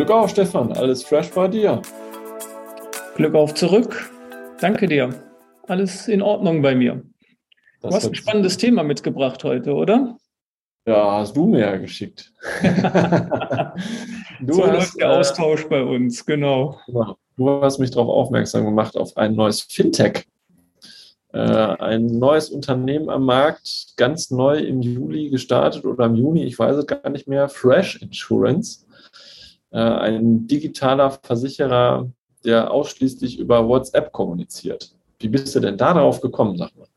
Glück auf, Stefan. Alles fresh bei dir. Glück auf zurück. Danke dir. Alles in Ordnung bei mir. Du Das hast ein hört sich spannendes gut. Thema mitgebracht heute, oder? Ja, hast du mir ja geschickt. Du So hast, läuft der Austausch bei uns, genau. du hast mich darauf aufmerksam gemacht, auf ein neues Fintech. Ein neues Unternehmen am Markt, ganz neu im Juli gestartet oder im Juni, ich weiß es gar nicht mehr, Fresh Insurance. Ein digitaler Versicherer, der ausschließlich über WhatsApp kommuniziert. Wie bist du denn da drauf gekommen, sag mal?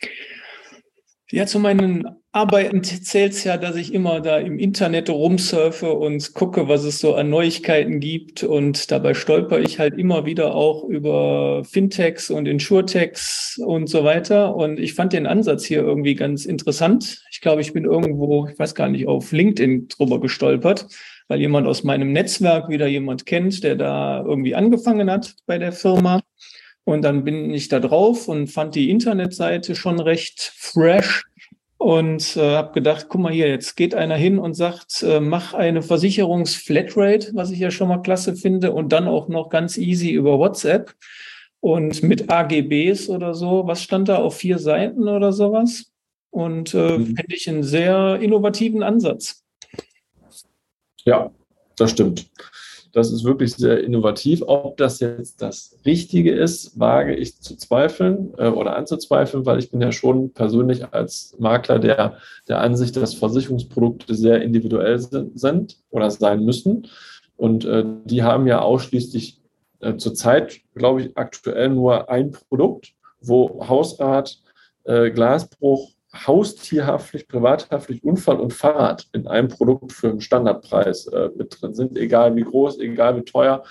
Ja, zu meinen Arbeiten zählt es ja, dass ich immer da im Internet rumsurfe und gucke, was es so an Neuigkeiten gibt. Und dabei stolper ich halt immer wieder auch über Fintechs und Insurtechs und so weiter. Und ich fand den Ansatz hier irgendwie ganz interessant. Ich glaube, ich bin irgendwo, ich weiß gar nicht, auf LinkedIn drüber gestolpert, weil jemand aus meinem Netzwerk wieder jemand kennt, der da irgendwie angefangen hat bei der Firma. Und dann bin ich da drauf und fand die Internetseite schon recht fresh und habe gedacht, guck mal hier, jetzt geht einer hin und sagt, mach eine Versicherungsflatrate, was ich ja schon mal klasse finde, und dann auch noch ganz easy über WhatsApp und mit AGBs oder so. Was stand da auf 4 Seiten oder sowas? Und finde ich einen sehr innovativen Ansatz. Ja, das stimmt. Das ist wirklich sehr innovativ. Ob das jetzt das Richtige ist, wage ich zu zweifeln oder anzuzweifeln, weil ich bin ja schon persönlich als Makler der Ansicht, dass Versicherungsprodukte sehr individuell sind oder sein müssen. Und die haben ja ausschließlich zurzeit, glaube ich, aktuell nur ein Produkt, wo Hausrat, Glasbruch, Haustierhaftpflicht, Privathaftpflicht, Unfall und Fahrrad in einem Produkt für einen Standardpreis mit drin sind, egal wie groß, egal wie teuer.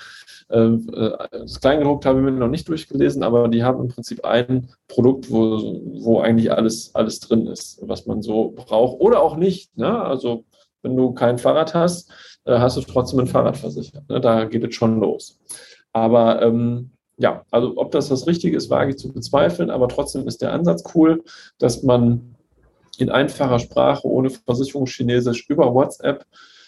Das Kleingedruckte habe ich mir noch nicht durchgelesen, aber die haben im Prinzip ein Produkt, wo eigentlich alles drin ist, was man so braucht oder auch nicht. Ne? Also wenn du kein Fahrrad hast, hast du trotzdem ein Fahrrad versichert. Ne? Da geht es schon los. Aber ja, also ob das Richtige ist, wage ich zu bezweifeln, aber trotzdem ist der Ansatz cool, dass man in einfacher Sprache ohne Versicherungschinesisch über WhatsApp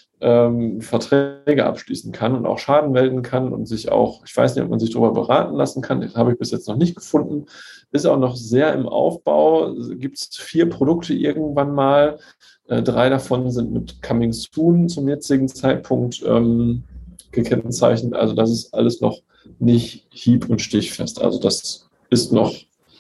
Verträge abschließen kann und auch Schaden melden kann und sich auch, ich weiß nicht, ob man sich darüber beraten lassen kann, das habe ich bis jetzt noch nicht gefunden, ist auch noch sehr im Aufbau, gibt es 4 Produkte irgendwann mal, 3 davon sind mit Coming Soon zum jetzigen Zeitpunkt gekennzeichnet, also das ist alles noch nicht hieb- und stichfest, also das ist noch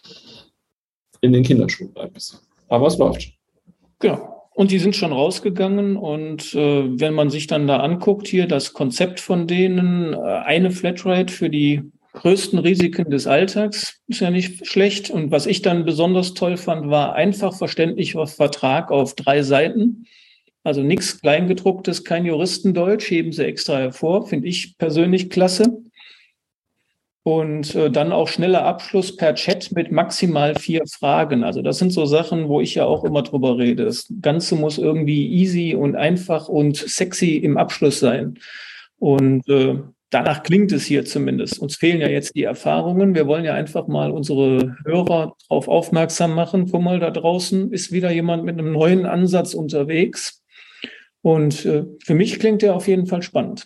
in den Kinderschuhen ein bisschen, aber es läuft. Genau. Und die sind schon rausgegangen und wenn man sich dann da anguckt, hier das Konzept von denen, eine Flatrate für die größten Risiken des Alltags, ist ja nicht schlecht. Und was ich dann besonders toll fand, war einfach verständlicher Vertrag auf 3 Seiten. Also nichts Kleingedrucktes, kein Juristendeutsch, heben sie extra hervor, finde ich persönlich klasse. Und dann auch schneller Abschluss per Chat mit maximal 4 Fragen. Also das sind so Sachen, wo ich ja auch immer drüber rede. Das Ganze muss irgendwie easy und einfach und sexy im Abschluss sein. Und danach klingt es hier zumindest. Uns fehlen ja jetzt die Erfahrungen. Wir wollen ja einfach mal unsere Hörer darauf aufmerksam machen. Guck mal, da draußen ist wieder jemand mit einem neuen Ansatz unterwegs. Und für mich klingt der auf jeden Fall spannend.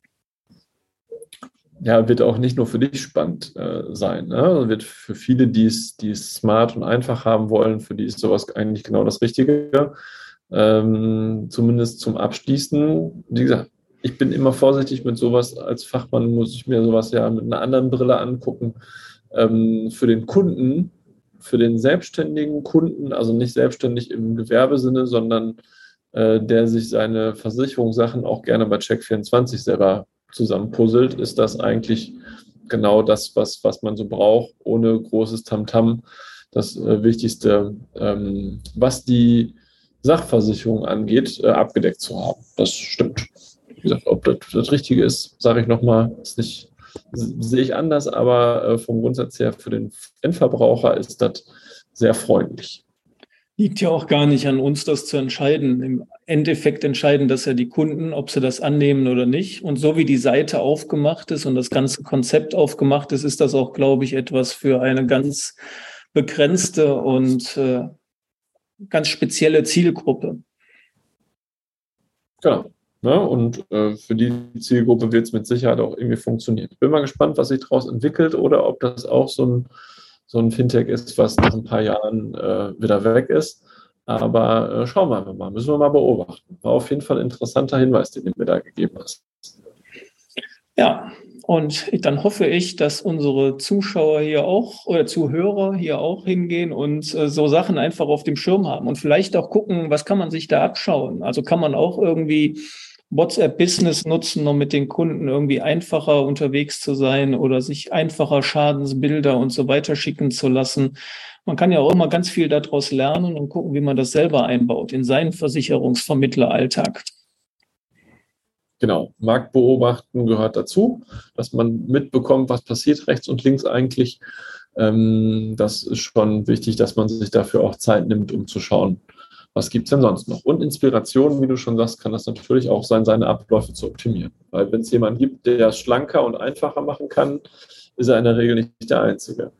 Ja, wird auch nicht nur für dich spannend sein. Ne? Wird für viele, die es smart und einfach haben wollen, für die ist sowas eigentlich genau das Richtige. Zumindest zum Abschließen. Wie gesagt, ich bin immer vorsichtig mit sowas. Als Fachmann muss ich mir sowas ja mit einer anderen Brille angucken. Für den Kunden, für den selbstständigen Kunden, also nicht selbstständig im Gewerbesinne, sondern der sich seine Versicherungssachen auch gerne bei Check24 selber zusammenpuzzelt, ist das eigentlich genau das, was man so braucht, ohne großes Tamtam. Das Wichtigste, was die Sachversicherung angeht, abgedeckt zu haben. Das stimmt. Wie gesagt, ob das Richtige ist, sage ich nochmal, ist nicht, sehe ich anders, aber vom Grundsatz her für den Endverbraucher ist das sehr freundlich. Liegt ja auch gar nicht an uns, das zu entscheiden. Im Endeffekt entscheiden das ja die Kunden, ob sie das annehmen oder nicht. Und so wie die Seite aufgemacht ist und das ganze Konzept aufgemacht ist, ist das auch, glaube ich, etwas für eine ganz begrenzte und ganz spezielle Zielgruppe. Genau. Ne? Und für die Zielgruppe wird es mit Sicherheit auch irgendwie funktionieren. Ich bin mal gespannt, was sich daraus entwickelt oder ob das auch so ein Fintech ist, was nach ein paar Jahren wieder weg ist. Aber schauen wir mal, müssen wir mal beobachten. War auf jeden Fall ein interessanter Hinweis, den du mir da gegeben hast. Ja, und dann hoffe ich, dass unsere Zuschauer hier auch oder Zuhörer hier auch hingehen und so Sachen einfach auf dem Schirm haben und vielleicht auch gucken, was kann man sich da abschauen. Also kann man auch irgendwie WhatsApp Business nutzen, um mit den Kunden irgendwie einfacher unterwegs zu sein oder sich einfacher Schadensbilder und so weiter schicken zu lassen. Man kann ja auch immer ganz viel daraus lernen und gucken, wie man das selber einbaut in seinen Versicherungsvermittleralltag. Genau, Markt beobachten gehört dazu, dass man mitbekommt, was passiert rechts und links eigentlich. Das ist schon wichtig, dass man sich dafür auch Zeit nimmt, um zu schauen, was gibt es denn sonst noch. Und Inspiration, wie du schon sagst, kann das natürlich auch sein, seine Abläufe zu optimieren. Weil wenn es jemanden gibt, der es schlanker und einfacher machen kann, ist er in der Regel nicht der Einzige.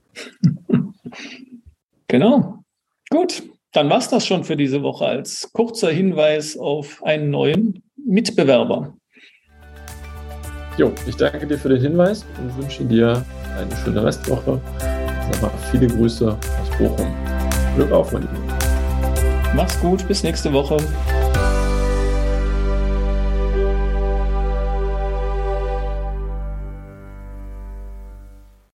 Genau. Gut, dann war es das schon für diese Woche als kurzer Hinweis auf einen neuen Mitbewerber. Jo, ich danke dir für den Hinweis und wünsche dir eine schöne Restwoche. Sag mal, viele Grüße aus Bochum. Glück auf, mein Lieber. Mach's gut, bis nächste Woche.